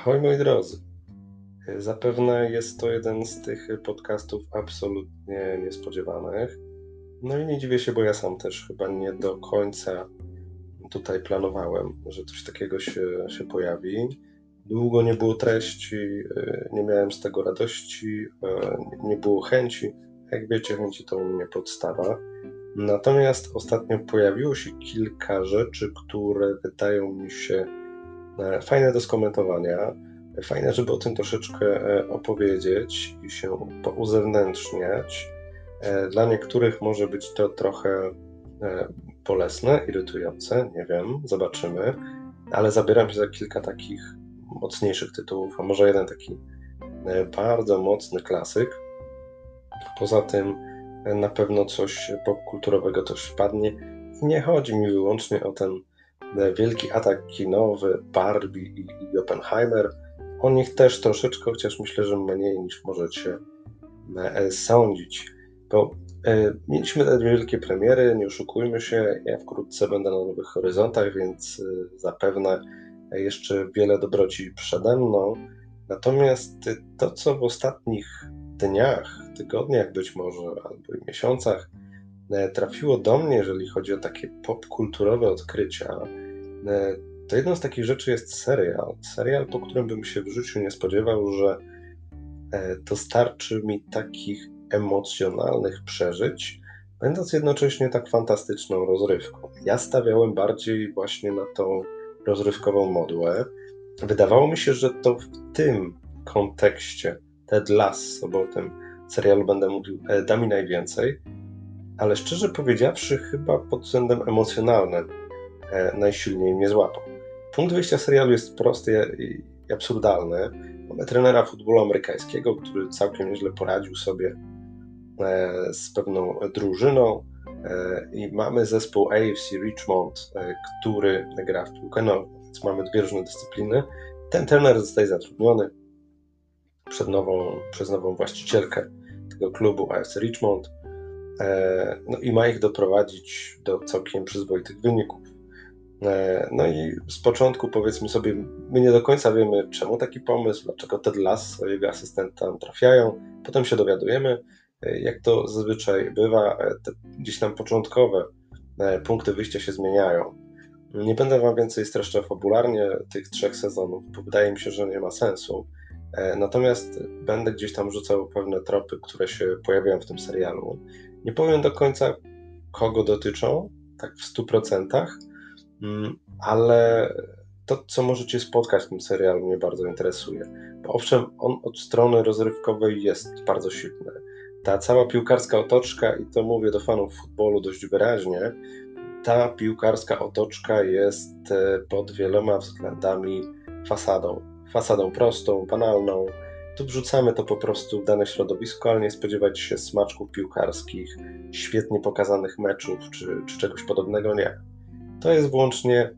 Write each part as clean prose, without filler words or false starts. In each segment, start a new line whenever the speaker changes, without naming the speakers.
Ahoj moi drodzy. Zapewne jest to jeden z tych podcastów absolutnie niespodziewanych. No i nie dziwię się, bo ja sam też chyba nie do końca tutaj planowałem, że coś takiego się pojawi. Długo nie było treści, nie miałem z tego radości, nie było chęci. Jak wiecie, chęci to u mnie podstawa. Natomiast ostatnio pojawiło się kilka rzeczy, które wydają mi się fajne do skomentowania. Fajne, żeby o tym troszeczkę opowiedzieć i się uzewnętrzniać. Dla niektórych może być to trochę bolesne, irytujące, nie wiem, zobaczymy, ale zabieram się za kilka takich mocniejszych tytułów, a może jeden taki bardzo mocny klasyk. Poza tym na pewno coś popkulturowego też wpadnie i nie chodzi mi wyłącznie o ten wielki atak kinowy, Barbie i Oppenheimer. O nich też troszeczkę, chociaż myślę, że mniej niż możecie sądzić. Bo mieliśmy te wielkie premiery, nie oszukujmy się, ja wkrótce będę na Nowych Horyzontach, więc zapewne jeszcze wiele dobroci przede mną. Natomiast to, co w ostatnich dniach, tygodniach być może, albo i miesiącach trafiło do mnie, jeżeli chodzi o takie popkulturowe odkrycia, to jedną z takich rzeczy jest serial. Serial, po którym bym się w życiu nie spodziewał, że dostarczy mi takich emocjonalnych przeżyć, będąc jednocześnie tak fantastyczną rozrywką. Ja stawiałem bardziej właśnie na tą rozrywkową modłę. Wydawało mi się, że to w tym kontekście Ted Lasso, bo o tym serialu będę mówił, da mi najwięcej, ale szczerze powiedziawszy, chyba pod względem emocjonalnym najsilniej mnie złapał. Punkt wyjścia serialu jest prosty i absurdalny. Mamy trenera futbolu amerykańskiego, który całkiem nieźle poradził sobie z pewną drużyną i mamy zespół AFC Richmond, który gra w piłkę nożną, więc mamy dwie różne dyscypliny. Ten trener zostaje zatrudniony przez nową właścicielkę tego klubu AFC Richmond, no i ma ich doprowadzić do całkiem przyzwoitych wyników. No i z początku, powiedzmy sobie, my nie do końca wiemy, czemu taki pomysł, dlaczego Ted Lasso, jego asystent tam trafiają. Potem się dowiadujemy, jak to zazwyczaj bywa, te gdzieś tam początkowe punkty wyjścia się zmieniają. Nie będę wam więcej streszczał fabularnie tych 3 sezonów, bo wydaje mi się, że nie ma sensu. Natomiast będę gdzieś tam rzucał pewne tropy, które się pojawiają w tym serialu. Nie powiem do końca, kogo dotyczą, tak w 100%, ale to, co możecie spotkać w tym serialu, mnie bardzo interesuje. Bo owszem, on od strony rozrywkowej jest bardzo silny. Ta cała piłkarska otoczka, i to mówię do fanów futbolu dość wyraźnie, ta piłkarska otoczka jest pod wieloma względami fasadą. Fasadą prostą, banalną. Tu wrzucamy to po prostu w dane środowisko, ale nie spodziewać się smaczków piłkarskich, świetnie pokazanych meczów czy czegoś podobnego, nie. To jest wyłącznie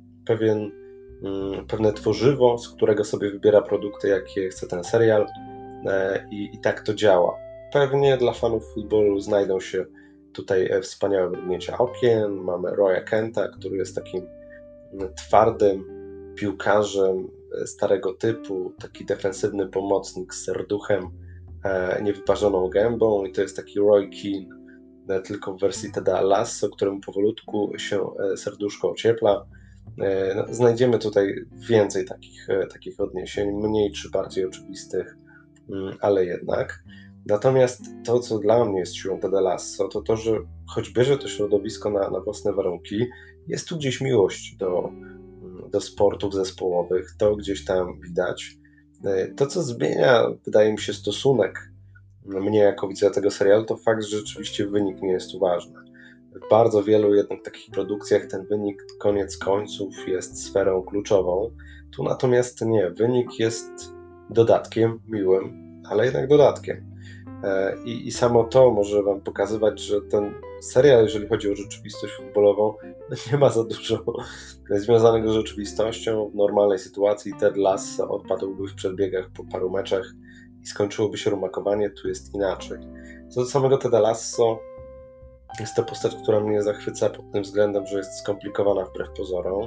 pewne tworzywo, z którego sobie wybiera produkty, jakie chce ten serial i tak to działa. Pewnie dla fanów futbolu znajdą się tutaj wspaniałe mrugnięcia okien. Mamy Roya Kenta, który jest takim twardym piłkarzem starego typu, taki defensywny pomocnik z serduchem, niewyparzoną gębą, i to jest taki Roy Keane, tylko w wersji Teda Lasso, któremu powolutku się serduszko ociepla. No, znajdziemy tutaj więcej takich odniesień, mniej czy bardziej oczywistych, ale jednak. Natomiast to, co dla mnie jest siłą Teda Lasso, to to, że choć bierze to środowisko na własne warunki, jest tu gdzieś miłość do sportów zespołowych, to gdzieś tam widać. To, co zmienia, wydaje mi się, stosunek mnie jako widza tego serialu, to fakt, że rzeczywiście wynik nie jest tu ważny. W bardzo wielu jednak takich produkcjach ten wynik koniec końców jest sferą kluczową. Tu natomiast nie. Wynik jest dodatkiem miłym, ale jednak dodatkiem. I samo to może wam pokazywać, że ten serial, jeżeli chodzi o rzeczywistość futbolową, nie ma za dużo związanego z rzeczywistością. W normalnej sytuacji Ted Lasso odpadłby w przedbiegach po paru meczach i skończyłoby się rumakowanie. Tu jest inaczej. Co do samego Teda Lasso, jest to postać, która mnie zachwyca pod tym względem, że jest skomplikowana wbrew pozorom.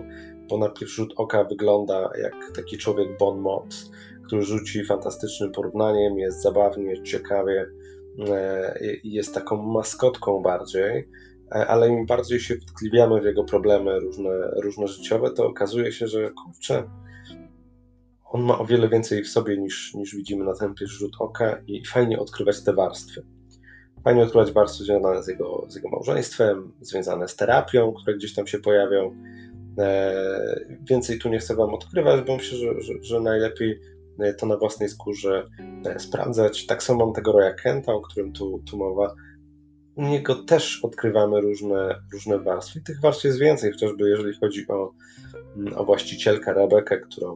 bo na pierwszy rzut oka wygląda jak taki człowiek bon mot, który rzuci fantastycznym porównaniem, jest zabawnie, ciekawie i jest taką maskotką bardziej, ale im bardziej się wtkliwiamy w jego problemy różne życiowe, to okazuje się, że kurczę, on ma o wiele więcej w sobie niż widzimy na ten pierwszy rzut oka i fajnie odkrywać te warstwy. Fajnie odkrywać warstwy związane z jego małżeństwem, związane z terapią, które gdzieś tam się pojawią. Więcej tu nie chcę wam odkrywać, bo myślę, że najlepiej to na własnej skórze sprawdzać. Tak samo mam tego Roya Kenta, o którym tu mowa. U niego też odkrywamy różne warstwy. Tych warstw jest więcej, chociażby jeżeli chodzi o właścicielkę Rebekę, którą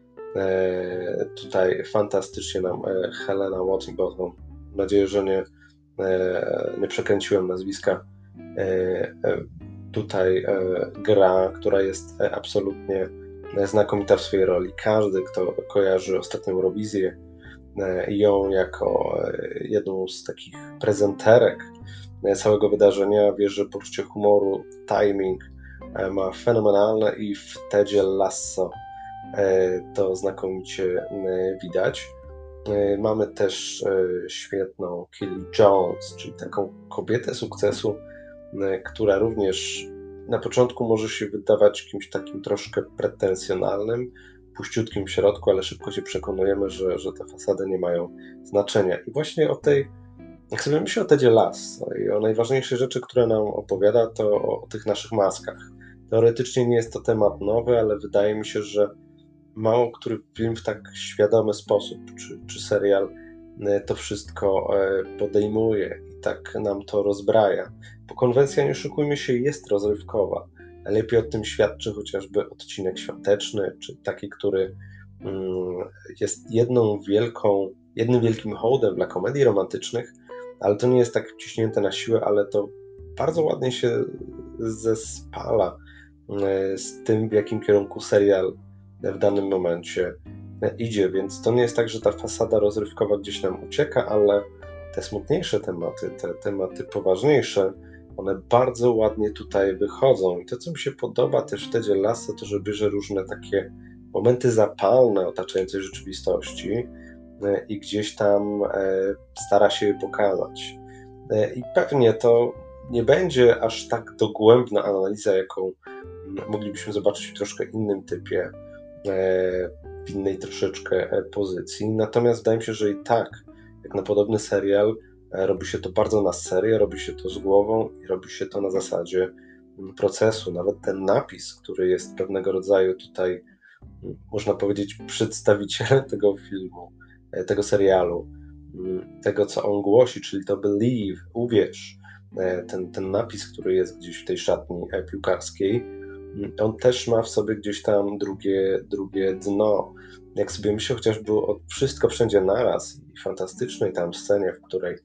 tutaj fantastycznie nam Helena Waterbottom, mam nadzieję, że nie przekręciłem nazwiska, tutaj gra, która jest absolutnie znakomita w swojej roli. Każdy, kto kojarzy ostatnią Eurowizję, ją jako jedną z takich prezenterek całego wydarzenia, wie, że poczucie humoru, timing ma fenomenalne i w Tedzie Lasso to znakomicie widać. Mamy też świetną Kelly Jones, czyli taką kobietę sukcesu, która również na początku może się wydawać kimś takim troszkę pretensjonalnym, puściutkim w środku, ale szybko się przekonujemy, że te fasady nie mają znaczenia. I właśnie jak sobie myślę o Tedzie Lasso i o najważniejszej rzeczy, które nam opowiada, to o tych naszych maskach. Teoretycznie nie jest to temat nowy, ale wydaje mi się, że mało który film w tak świadomy sposób, czy serial to wszystko podejmuje i tak nam to rozbraja. Bo konwencja, nie oszukujmy się, jest rozrywkowa. Lepiej o tym świadczy chociażby odcinek świąteczny, czy taki, który jest jednym wielkim hołdem dla komedii romantycznych, ale to nie jest tak wciśnięte na siłę, ale to bardzo ładnie się zespala z tym, w jakim kierunku serial w danym momencie idzie, więc to nie jest tak, że ta fasada rozrywkowa gdzieś nam ucieka, ale te smutniejsze tematy, te tematy poważniejsze, one bardzo ładnie tutaj wychodzą. I to, co mi się podoba też w Tedzie Lasso, to że bierze różne takie momenty zapalne otaczającej rzeczywistości i gdzieś tam stara się je pokazać. I pewnie to nie będzie aż tak dogłębna analiza, jaką moglibyśmy zobaczyć w troszkę innym typie, w innej troszeczkę pozycji. Natomiast wydaje mi się, że i tak, jak na podobny serial, robi się to bardzo na serio, robi się to z głową i robi się to na zasadzie procesu. Nawet ten napis, który jest pewnego rodzaju tutaj, można powiedzieć, przedstawicielem tego filmu, tego serialu, tego, co on głosi, czyli to believe, uwierz, ten napis, który jest gdzieś w tej szatni piłkarskiej, on też ma w sobie gdzieś tam drugie dno. Jak sobie myślę chociażby o Wszystko Wszędzie Naraz i fantastycznej tam scenie, w której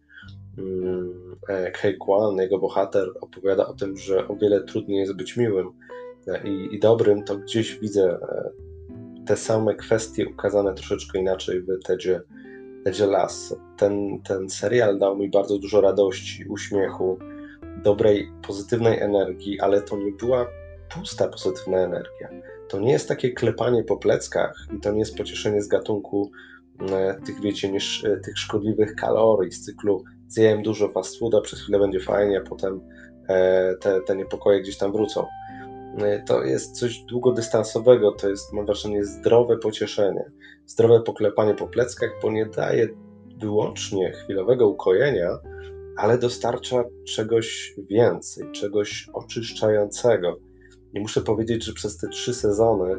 Kei Kwan, jego bohater, opowiada o tym, że o wiele trudniej jest być miłym i dobrym, to gdzieś widzę te same kwestie ukazane troszeczkę inaczej w Tedzie Lasso. Ten serial dał mi bardzo dużo radości, uśmiechu, dobrej, pozytywnej energii, ale to nie była pusta, pozytywna energia. To nie jest takie klepanie po pleckach i to nie jest pocieszenie z gatunku tych, wiecie, tych szkodliwych kalorii z cyklu zjem dużo fast fooda, przez chwilę będzie fajnie, a potem te niepokoje gdzieś tam wrócą. To jest coś długodystansowego, to jest, mam wrażenie, zdrowe pocieszenie, zdrowe poklepanie po pleckach, bo nie daje wyłącznie chwilowego ukojenia, ale dostarcza czegoś więcej, czegoś oczyszczającego. I muszę powiedzieć, że przez te 3 sezony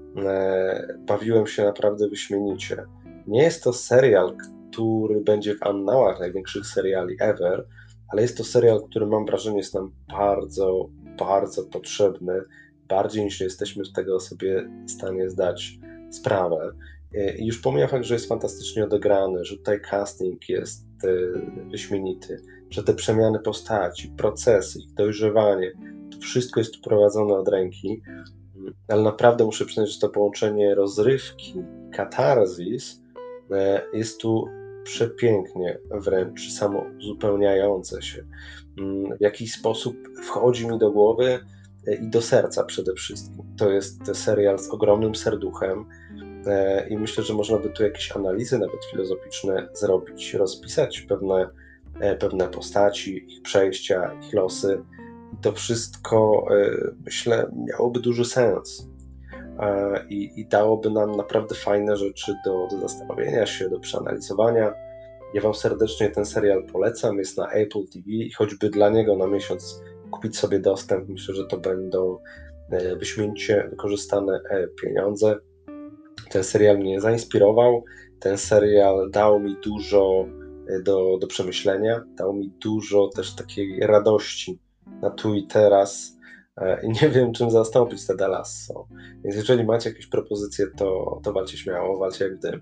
bawiłem się naprawdę wyśmienicie. Nie jest to serial, który będzie w annałach największych seriali ever, ale jest to serial, który mam wrażenie jest nam bardzo, bardzo potrzebny, bardziej niż jesteśmy z tego sobie w stanie zdać sprawę. I już pomijam fakt, że jest fantastycznie odegrany, że tutaj casting jest wyśmienity, że te przemiany postaci, procesy, ich dojrzewanie, to wszystko jest prowadzone od ręki, ale naprawdę muszę przyznać, że to połączenie rozrywki, katarzis jest tu przepięknie wręcz samouzupełniające się. W jakiś sposób wchodzi mi do głowy i do serca przede wszystkim. To jest serial z ogromnym serduchem i myślę, że można by tu jakieś analizy, nawet filozoficzne zrobić, rozpisać pewne postaci, ich przejścia, ich losy. I to wszystko, myślę, miałoby duży sens i dałoby nam naprawdę fajne rzeczy do zastanowienia się, do przeanalizowania. Ja Wam serdecznie ten serial polecam, jest na Apple TV i choćby dla niego na miesiąc kupić sobie dostęp, myślę, że to będą wyśmienicie wykorzystane pieniądze. Ten serial mnie zainspirował, ten serial dał mi dużo do przemyślenia, dał mi dużo też takiej radości na tu i teraz i nie wiem, czym zastąpić Tada Lasso. Więc jeżeli macie jakieś propozycje, to walcie śmiało, walcie jak dym.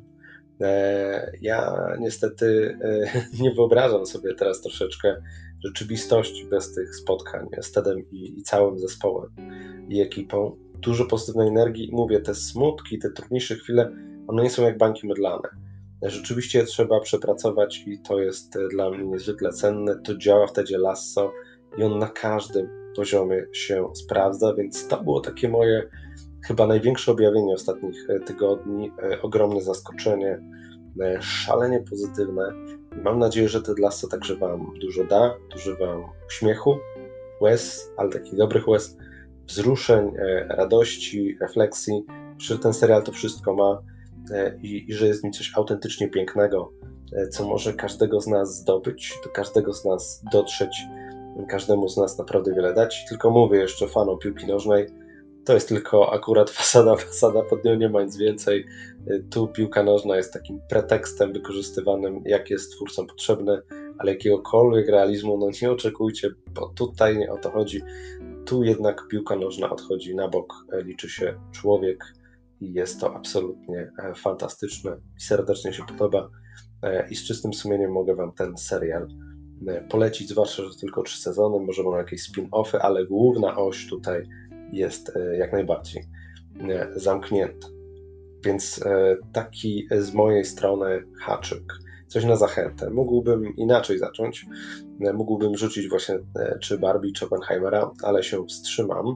Ja niestety nie wyobrażam sobie teraz troszeczkę rzeczywistości bez tych spotkań z Tedem i całym zespołem i ekipą. Dużo pozytywnej energii. Mówię, te smutki, te trudniejsze chwile, one nie są jak bańki mydlane. Rzeczywiście trzeba przepracować i to jest dla mnie niezwykle cenne. To działa w Tedzie Lasso i on na każdym poziomie się sprawdza, więc to było takie moje chyba największe objawienie ostatnich tygodni, ogromne zaskoczenie, szalenie pozytywne. Mam nadzieję, że Ted Lasso także Wam dużo da, dużo Wam uśmiechu, łez, ale takich dobrych łez, wzruszeń, radości, refleksji, że ten serial to wszystko ma i że jest w nim coś autentycznie pięknego, co może każdego z nas zdobyć, do każdego z nas dotrzeć, każdemu z nas naprawdę wiele dać. Tylko mówię jeszcze fanom piłki nożnej, to jest tylko akurat fasada, pod nią nie ma nic więcej. Tu piłka nożna jest takim pretekstem wykorzystywanym, jak jest twórcom potrzebny, ale jakiegokolwiek realizmu nie oczekujcie, bo tutaj nie o to chodzi. Tu jednak piłka nożna odchodzi na bok, liczy się człowiek i jest to absolutnie fantastyczne. Mi serdecznie się podoba i z czystym sumieniem mogę Wam ten serial polecić, zwłaszcza, że tylko 3 sezony, może będą jakieś spin-offy, ale główna oś tutaj jest jak najbardziej zamknięta. Więc taki z mojej strony haczyk. Coś na zachętę. Mógłbym inaczej zacząć. Mógłbym rzucić właśnie czy Barbie, czy Oppenheimera, ale się wstrzymam.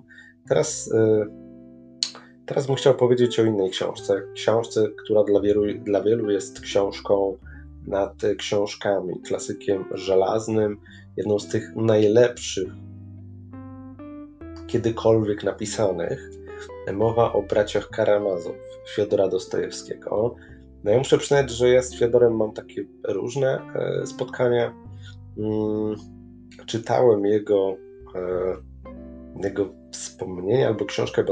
Teraz bym chciał powiedzieć o innej książce. Książce, która dla wielu jest książką nad książkami, klasykiem żelaznym, jedną z tych najlepszych kiedykolwiek napisanych. Mowa o braciach Karamazow, Fiodora Dostojewskiego. No ja muszę przyznać, że ja z Fiodorem mam takie różne spotkania. Czytałem jego wspomnienia albo książkę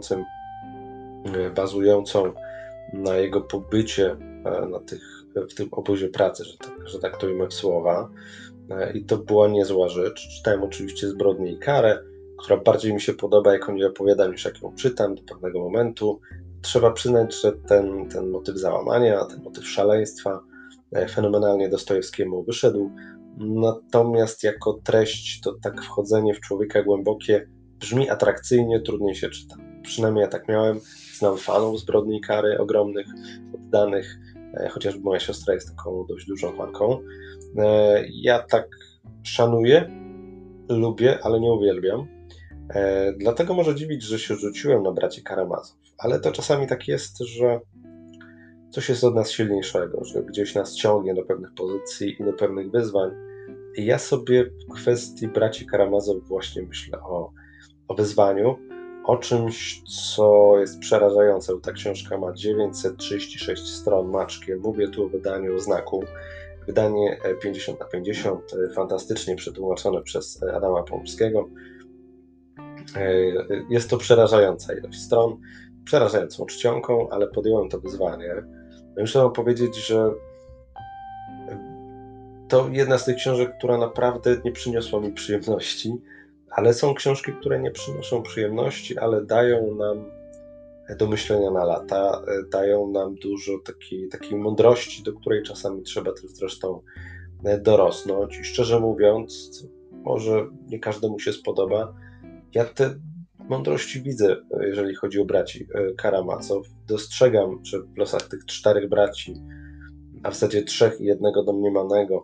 bazującą na jego pobycie w tym obozie pracy, że tak to ujmę w słowa. I to była niezła rzecz. Czytałem oczywiście Zbrodnię i karę, która bardziej mi się podoba, jak o niej opowiadam, niż jak ją czytam do pewnego momentu. Trzeba przyznać, że ten motyw załamania, ten motyw szaleństwa fenomenalnie Dostojewskiemu wyszedł. Natomiast jako treść to tak wchodzenie w człowieka głębokie brzmi atrakcyjnie, trudniej się czyta. Przynajmniej ja tak miałem. Znam fanów Zbrodni i kary, ogromnych, oddanych, chociażby moja siostra jest taką dość dużą fanką. Ja tak szanuję, lubię, ale nie uwielbiam. Dlatego może dziwić, że się rzuciłem na braci Karamazow, ale to czasami tak jest, że coś jest od nas silniejszego, że gdzieś nas ciągnie do pewnych pozycji i do pewnych wyzwań. I ja sobie w kwestii braci Karamazow właśnie myślę o wyzwaniu, o czymś, co jest przerażające. Ta książka ma 936 stron maczkiem. Mówię tu o wydaniu Znaku. Wydanie 50/50, fantastycznie przetłumaczone przez Adama Pomorskiego. Jest to przerażająca ilość stron, przerażającą czcionką, ale podjąłem to wyzwanie. Muszę wam powiedzieć, że to jedna z tych książek, która naprawdę nie przyniosła mi przyjemności, ale są książki, które nie przynoszą przyjemności, ale dają nam do myślenia na lata, dają nam dużo takiej mądrości, do której czasami trzeba też zresztą dorosnąć. I szczerze mówiąc, może nie każdemu się spodoba, ja te mądrości widzę, jeżeli chodzi o braci Karamazow. Dostrzegam, że w losach tych 4 braci, a w zasadzie 3 i jednego domniemanego,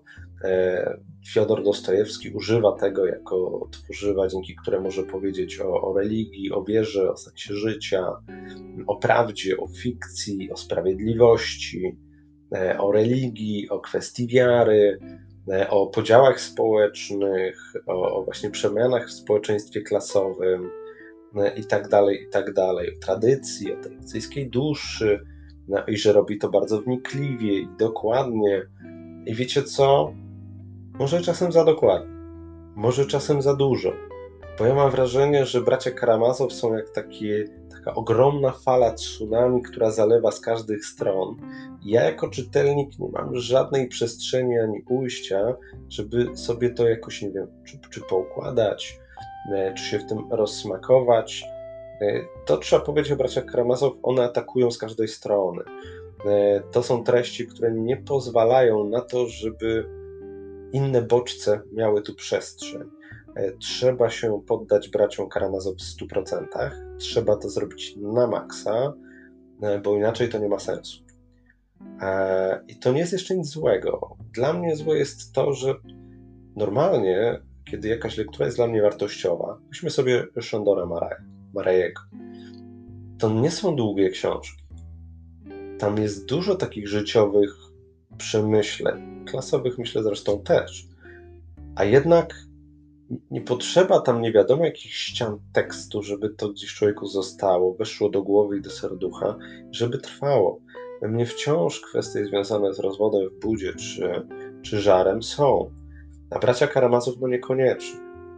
Fiodor Dostojewski używa tego jako tworzywa, dzięki któremu może powiedzieć o religii, o wierze, o sensie życia, o prawdzie, o fikcji, o sprawiedliwości, o religii, o kwestii wiary, o podziałach społecznych, o właśnie przemianach w społeczeństwie klasowym i tak dalej, o tradycji, o tradycyjskiej duszy, i że robi to bardzo wnikliwie i dokładnie. I wiecie co? Może czasem za dokładnie, może czasem za dużo, bo ja mam wrażenie, że bracia Karamazow są jak taka ogromna fala tsunami, która zalewa z każdych stron. I ja jako czytelnik nie mam żadnej przestrzeni ani ujścia, żeby sobie to jakoś, nie wiem, czy poukładać, czy się w tym rozsmakować. To trzeba powiedzieć o braciach Karamazow, one atakują z każdej strony. To są treści, które nie pozwalają na to, żeby inne bodźce miały tu przestrzeń. Trzeba się poddać braciom Karamazow w 100%. Trzeba to zrobić na maksa, bo inaczej to nie ma sensu. I to nie jest jeszcze nic złego. Dla mnie złe jest to, że normalnie, kiedy jakaś lektura jest dla mnie wartościowa, weźmy sobie Sándora Máriego, to nie są długie książki. Tam jest dużo takich życiowych przemyśleń, klasowych myślę zresztą też, a jednak nie potrzeba tam nie wiadomo jakich ścian tekstu, żeby to gdzieś człowieku zostało, weszło do głowy i do serducha, żeby trwało. We mnie wciąż kwestie związane z rozwodem w budzie czy żarem są, a bracia Karamazow no niekoniecznie.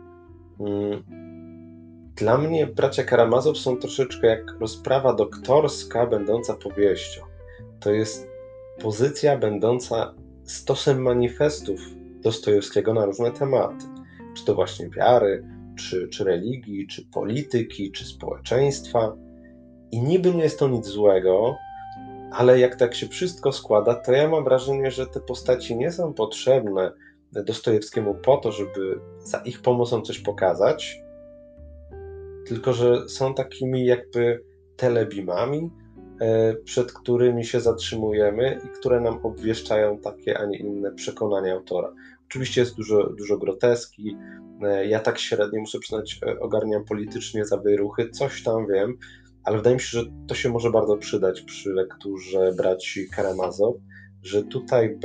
Dla mnie bracia Karamazow są troszeczkę jak rozprawa doktorska będąca powieścią. To jest pozycja będąca stosem manifestów Dostojewskiego na różne tematy. Czy to właśnie wiary, czy religii, czy polityki, czy społeczeństwa. I niby nie jest to nic złego, ale jak tak się wszystko składa, to ja mam wrażenie, że te postaci nie są potrzebne Dostojewskiemu po to, żeby za ich pomocą coś pokazać, tylko że są takimi jakby telebimami, przed którymi się zatrzymujemy i które nam obwieszczają takie, a nie inne przekonania autora. Oczywiście jest dużo groteski, ja tak średnio, muszę przyznać, ogarniam politycznie zawieruchy, coś tam wiem, ale wydaje mi się, że to się może bardzo przydać przy lekturze braci Karamazow, że tutaj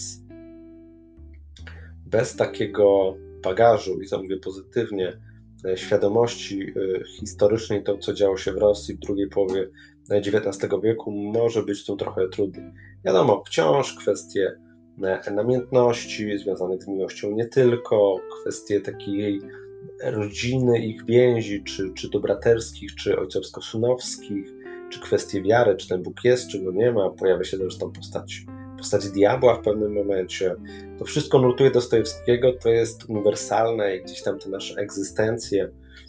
bez takiego bagażu, i to mówię pozytywnie, świadomości historycznej, to co działo się w Rosji w drugiej połowie XIX wieku, może być tu trochę trudniej. Wiadomo, wciąż kwestie namiętności związanych z miłością nie tylko, kwestie takiej rodziny, ich więzi, czy to braterskich, czy ojcowsko-synowskich, czy kwestie wiary, czy ten Bóg jest, czy go nie ma, pojawia się zresztą postać diabła w pewnym momencie. To wszystko nurtuje Dostojewskiego, to jest uniwersalne i gdzieś tam te nasze egzystencje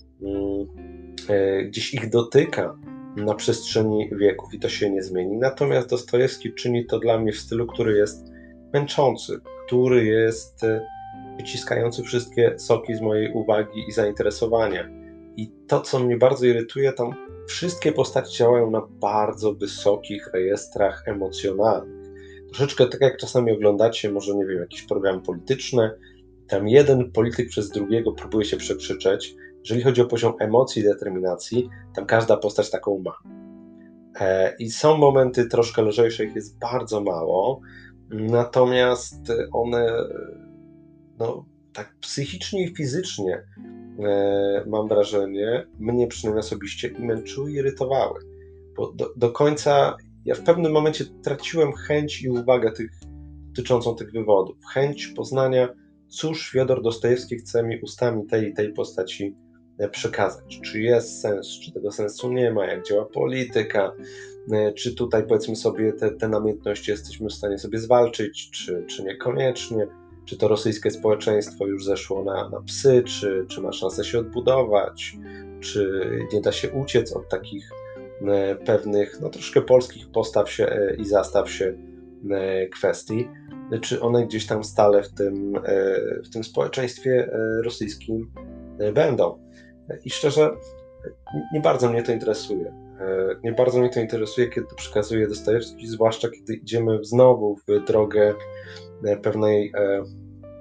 gdzieś ich dotyka na przestrzeni wieków i to się nie zmieni. Natomiast Dostojewski czyni to dla mnie w stylu, który jest męczący, który jest wyciskający wszystkie soki z mojej uwagi i zainteresowania. I to, co mnie bardzo irytuje, tam wszystkie postaci działają na bardzo wysokich rejestrach emocjonalnych. Troszeczkę tak jak czasami oglądacie, może nie wiem, jakieś programy polityczne, tam jeden polityk przez drugiego próbuje się przekrzyczeć. Jeżeli chodzi o poziom emocji i determinacji, tam każda postać taką ma. I są momenty troszkę lżejsze, ich jest bardzo mało, natomiast one tak psychicznie i fizycznie, mam wrażenie, mnie przynajmniej osobiście i męczyły, i irytowały. Bo do końca ja w pewnym momencie traciłem chęć i uwagę dotyczącą tych wywodów. Chęć poznania, cóż Fiodor Dostojewski chce mi ustami tej i tej postaci przekazać. Czy jest sens, czy tego sensu nie ma, jak działa polityka, czy tutaj powiedzmy sobie te namiętności jesteśmy w stanie sobie zwalczyć, czy niekoniecznie, czy to rosyjskie społeczeństwo już zeszło na psy, czy ma szansę się odbudować, czy nie da się uciec od takich pewnych, troszkę polskich postaw się i zastaw się kwestii, czy one gdzieś tam stale w tym społeczeństwie rosyjskim będą. I szczerze, nie bardzo mnie to interesuje. Nie bardzo mnie to interesuje, kiedy to przekazuje Dostojewski, zwłaszcza kiedy idziemy znowu w drogę pewnej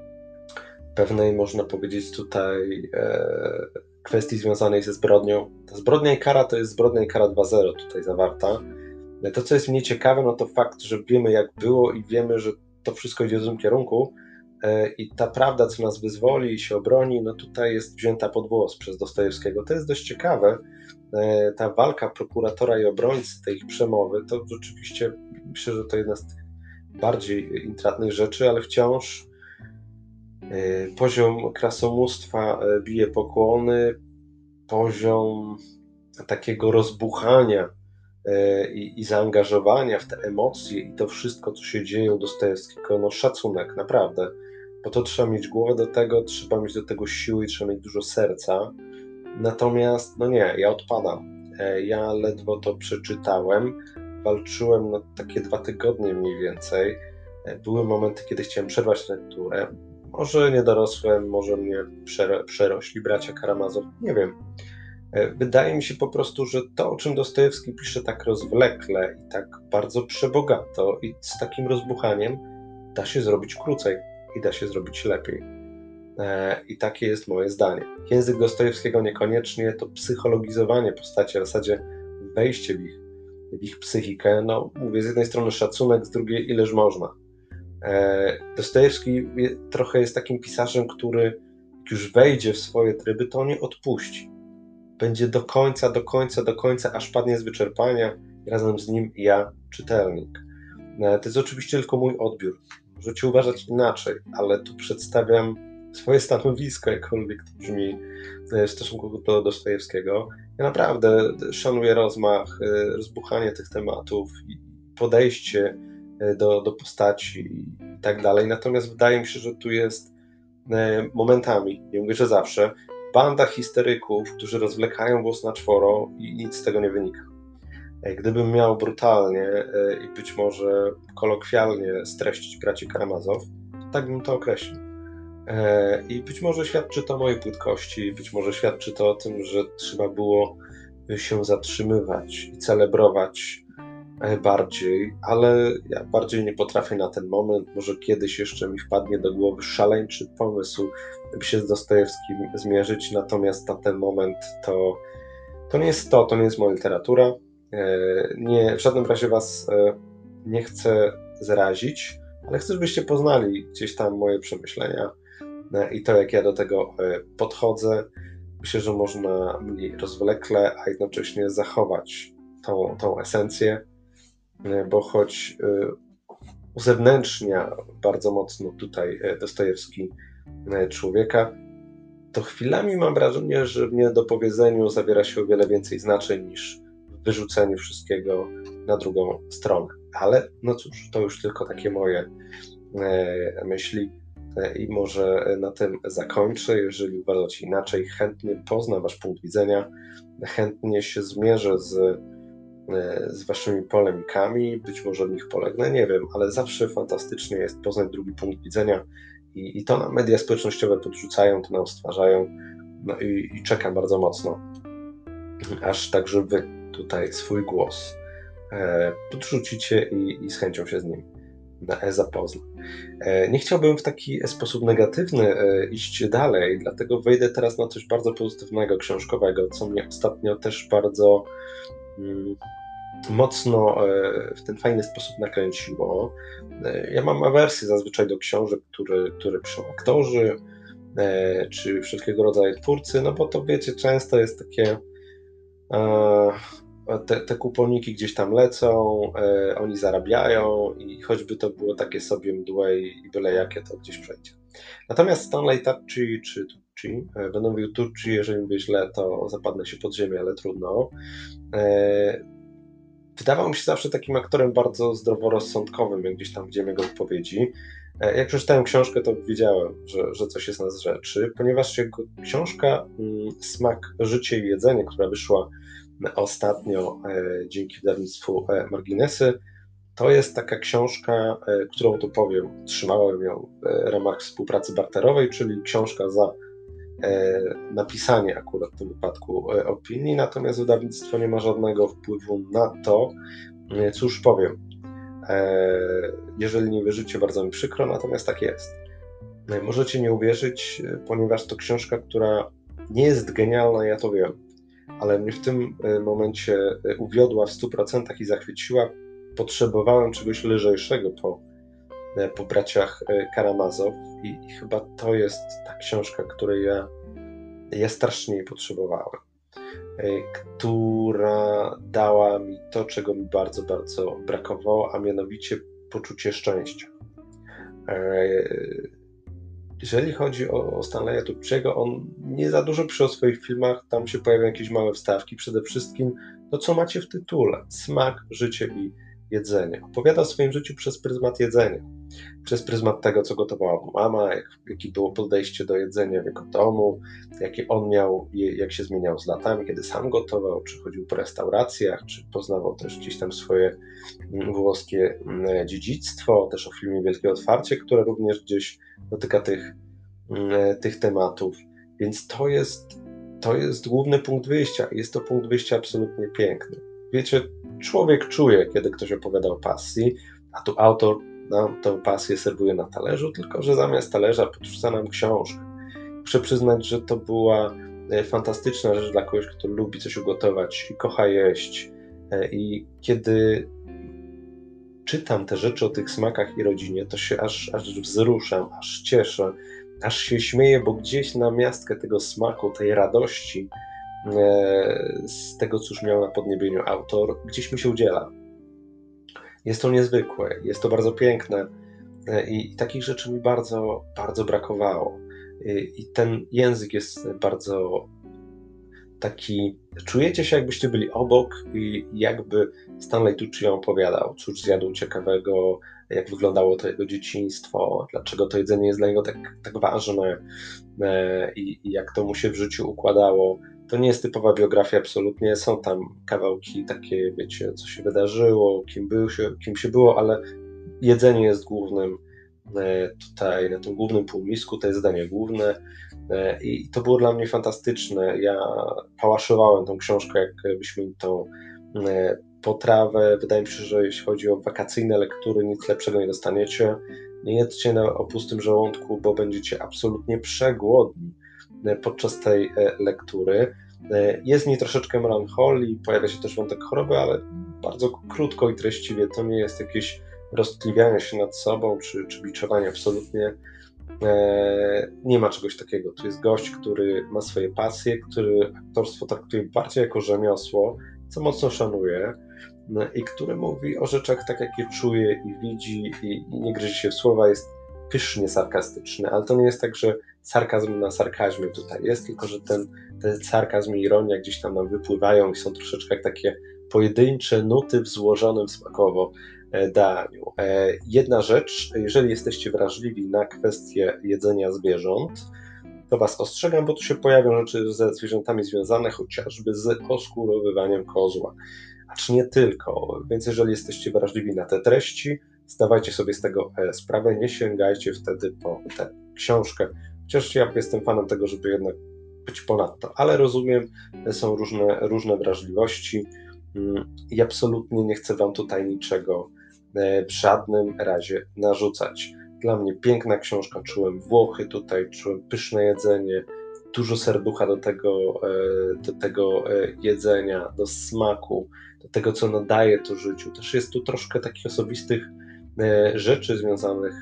pewnej, można powiedzieć tutaj, kwestii związanej ze zbrodnią. Ta zbrodnia i kara to jest zbrodnia i kara 2.0 tutaj zawarta. To, co jest mnie ciekawe, no to fakt, że wiemy jak było i wiemy, że to wszystko idzie w złym kierunku i ta prawda, co nas wyzwoli i się obroni, no tutaj jest wzięta pod włos przez Dostojewskiego. To jest dość ciekawe. Ta walka prokuratora i obrońcy tej ich przemowy, to rzeczywiście myślę, że to jedna z tych bardziej intratnych rzeczy, ale wciąż poziom krasomóstwa bije pokłony, poziom takiego rozbuchania i zaangażowania w te emocje i to wszystko, co się dzieje u Dostojewskiego, no szacunek, naprawdę. Bo to trzeba mieć głowę do tego, trzeba mieć do tego siły i trzeba mieć dużo serca. Natomiast, no nie, ja odpadam. Ja ledwo to przeczytałem. Walczyłem no, takie 2 tygodnie mniej więcej. Były momenty, kiedy chciałem przerwać lekturę. Może nie dorosłem, może mnie przerośli bracia Karamazow, nie wiem. Wydaje mi się po prostu, że to, o czym Dostojewski pisze tak rozwlekle i tak bardzo przebogato i z takim rozbuchaniem, da się zrobić krócej i da się zrobić lepiej. I takie jest moje zdanie. Język Dostojewskiego niekoniecznie, to psychologizowanie postaci, w zasadzie wejście w ich psychikę. No, mówię, z jednej strony szacunek, z drugiej ileż można. Dostojewski trochę jest takim pisarzem, który jak już wejdzie w swoje tryby, to nie odpuści. Będzie do końca, aż padnie z wyczerpania, razem z nim ja, czytelnik. To jest oczywiście tylko mój odbiór. Możecie uważać inaczej, ale tu przedstawiam swoje stanowisko, jakkolwiek to brzmi w stosunku do Dostojewskiego. Ja naprawdę szanuję rozmach, rozbuchanie tych tematów i podejście do postaci i tak dalej. Natomiast wydaje mi się, że tu jest momentami, nie mówię, że zawsze, banda histeryków, którzy rozwlekają włos na czworo i nic z tego nie wynika. Gdybym miał brutalnie i być może kolokwialnie streścić braci Karamazow, to tak bym to określił. I być może świadczy to o mojej płytkości, być może świadczy to o tym, że trzeba było się zatrzymywać i celebrować bardziej, ale ja bardziej nie potrafię na ten moment. Może kiedyś jeszcze mi wpadnie do głowy szaleńczy pomysł, by się z Dostojewskim zmierzyć, natomiast na ten moment to nie jest to nie jest moja literatura. Nie, w żadnym razie was nie chcę zrazić, ale chcę, żebyście poznali gdzieś tam moje przemyślenia i to, jak ja do tego podchodzę. Myślę, że można mniej rozwlekle, a jednocześnie zachować tą esencję, bo choć uzewnętrznia bardzo mocno tutaj Dostojewski człowieka, to chwilami mam wrażenie, że w niedopowiedzeniu zawiera się o wiele więcej znaczeń niż w wyrzuceniu wszystkiego na drugą stronę. Ale no cóż, to już tylko takie moje myśli i może na tym zakończę. Jeżeli uważacie inaczej, chętnie poznam wasz punkt widzenia, chętnie się zmierzę z waszymi polemikami, być może w nich polegnę, nie wiem, ale zawsze fantastycznie jest poznać drugi punkt widzenia i to nam media społecznościowe podrzucają, to nam stwarzają, no i czekam bardzo mocno, aż także wy tutaj swój głos podrzucicie i z chęcią się z nim zapoznam. Nie chciałbym w taki sposób negatywny iść dalej, dlatego wejdę teraz na coś bardzo pozytywnego, książkowego, co mnie ostatnio też bardzo mocno w ten fajny sposób nakręciło. Ja mam awersję zazwyczaj do książek, które piszą aktorzy, czy wszelkiego rodzaju twórcy, no bo to wiecie, często jest takie te kuponiki gdzieś tam lecą, oni zarabiają i choćby to było takie sobie mdłe i byle jakie, to gdzieś przejdzie. Natomiast Stanley Tucci czy Tucci, będę mówił Tucci, jeżeli mówię źle, to zapadnę się pod ziemię, ale trudno. Wydawał mi się zawsze takim aktorem bardzo zdroworozsądkowym, jak gdzieś tam widziałem jego wypowiedzi. Jak przeczytałem książkę, to wiedziałem, że coś jest na rzeczy, ponieważ jego książka Smak, życie i jedzenie, która wyszła ostatnio dzięki wydawnictwu Marginesy, to jest taka książka, którą tu powiem, trzymałem ją w ramach współpracy barterowej, czyli książka za napisanie akurat w tym wypadku opinii, natomiast wydawnictwo nie ma żadnego wpływu na to, cóż powiem. Jeżeli nie wierzycie, bardzo mi przykro, natomiast tak jest. Możecie nie uwierzyć, ponieważ to książka, która nie jest genialna, ja to wiem, ale mnie w tym momencie uwiodła w 100% i zachwyciła. Potrzebowałem czegoś lżejszego po braciach Karamazow i chyba to jest ta książka, której ja strasznie jej potrzebowałem, która dała mi to, czego mi bardzo, bardzo brakowało, a mianowicie poczucie szczęścia. Jeżeli chodzi o Stanleya Tucci'ego, on nie za dużo pisze o swoich filmach, tam się pojawiają jakieś małe wstawki. Przede wszystkim to, co macie w tytule: smak, życie i jedzenie. Opowiada o swoim życiu przez pryzmat jedzenia, przez pryzmat tego, co gotowała mu mama, jakie było podejście do jedzenia w jego domu, jakie on miał, jak się zmieniał z latami, kiedy sam gotował, czy chodził po restauracjach, czy poznawał też gdzieś tam swoje włoskie dziedzictwo, też o filmie Wielkie Otwarcie, które również gdzieś dotyka tych tematów. Więc to jest główny punkt wyjścia. Jest to punkt wyjścia absolutnie piękny. Wiecie, człowiek czuje, kiedy ktoś opowiada o pasji, a tu autor nam tę pasję serwuje na talerzu, tylko że zamiast talerza podrzuca nam książkę. Muszę przyznać, że to była fantastyczna rzecz dla kogoś, kto lubi coś ugotować i kocha jeść. I kiedy czytam te rzeczy o tych smakach i rodzinie, to się aż wzruszam, aż cieszę, aż się śmieję, bo gdzieś na miastkę tego smaku, tej radości z tego, cóż miał na podniebieniu autor, gdzieś mi się udziela. Jest to niezwykłe, jest to bardzo piękne i takich rzeczy mi bardzo, bardzo brakowało. I ten język jest bardzo taki, czujecie się, jakbyście byli obok i jakby Stanley Tucci opowiadał, cóż zjadł ciekawego, jak wyglądało to jego dzieciństwo, dlaczego to jedzenie jest dla niego tak ważne i jak to mu się w życiu układało. To nie jest typowa biografia absolutnie, są tam kawałki takie, wiecie, co się wydarzyło, kim się było, ale jedzenie jest głównym tutaj, na tym głównym półmisku, to jest zdanie główne i to było dla mnie fantastyczne. Ja pałaszowałem tą książkę jak wyśmienitą potrawę. Wydaje mi się, że jeśli chodzi o wakacyjne lektury, nic lepszego nie dostaniecie. Nie jedzcie o pustym żołądku, bo będziecie absolutnie przegłodni podczas tej lektury. Jest w niej troszeczkę melancholii, pojawia się też wątek choroby, ale bardzo krótko i treściwie. To nie jest jakieś roztliwianie się nad sobą czy biczowanie, absolutnie. Nie ma czegoś takiego. Tu jest gość, który ma swoje pasje, który aktorstwo traktuje bardziej jako rzemiosło, co mocno szanuje, i który mówi o rzeczach tak, jak je czuje i widzi i nie gryzie się w słowa, jest pysznie sarkastyczny, ale to nie jest tak, że sarkazm na sarkazmie tutaj jest, tylko że ten sarkazm i ironia gdzieś tam nam wypływają i są troszeczkę jak takie pojedyncze nuty w złożonym smakowo daniu. Jedna rzecz, jeżeli jesteście wrażliwi na kwestię jedzenia zwierząt, to Was ostrzegam, bo tu się pojawią rzeczy ze zwierzętami związane, chociażby z oskurowywaniem kozła. Acz nie tylko, więc jeżeli jesteście wrażliwi na te treści, zdawajcie sobie z tego sprawę, nie sięgajcie wtedy po tę książkę. Chociaż ja jestem fanem tego, żeby jednak być ponadto, ale rozumiem, są różne wrażliwości i absolutnie nie chcę Wam tutaj niczego w żadnym razie narzucać. Dla mnie piękna książka, czułem Włochy tutaj, czułem pyszne jedzenie, dużo serducha do tego jedzenia, do smaku, do tego, co nadaje to życiu. Też jest tu troszkę takich osobistych rzeczy związanych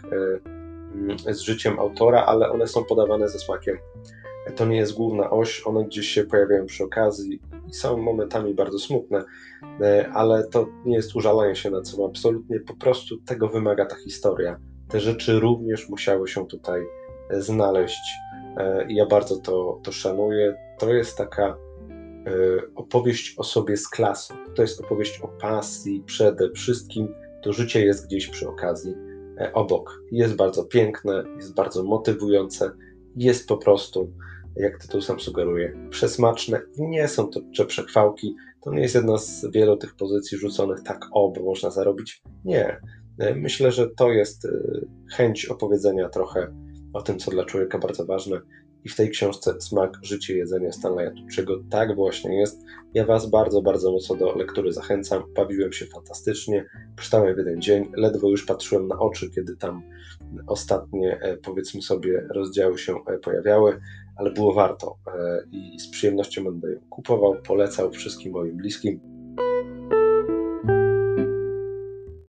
z życiem autora, ale one są podawane ze smakiem. To nie jest główna oś, one gdzieś się pojawiają przy okazji i są momentami bardzo smutne, ale to nie jest użalanie się nad sobą, absolutnie, po prostu tego wymaga ta historia. Te rzeczy również musiały się tutaj znaleźć i ja bardzo to szanuję. To jest taka opowieść o sobie z klasą. To jest opowieść o pasji przede wszystkim. To życie jest gdzieś przy okazji obok. Jest bardzo piękne, jest bardzo motywujące, jest po prostu, jak tytuł sam sugeruje, przesmaczne i nie są to przechwałki. To nie jest jedna z wielu tych pozycji rzuconych tak, bo można zarobić. Nie. Myślę, że to jest chęć opowiedzenia trochę o tym, co dla człowieka bardzo ważne i w tej książce Smak, życie, jedzenie Stanleya Tucci'ego tak właśnie jest. Ja Was bardzo, bardzo mocno do lektury zachęcam. Bawiłem się fantastycznie, przeczytałem w jeden dzień, ledwo już patrzyłem na oczy, kiedy tam ostatnie, powiedzmy sobie, rozdziały się pojawiały, ale było warto i z przyjemnością będę ją kupował, polecał wszystkim moim bliskim.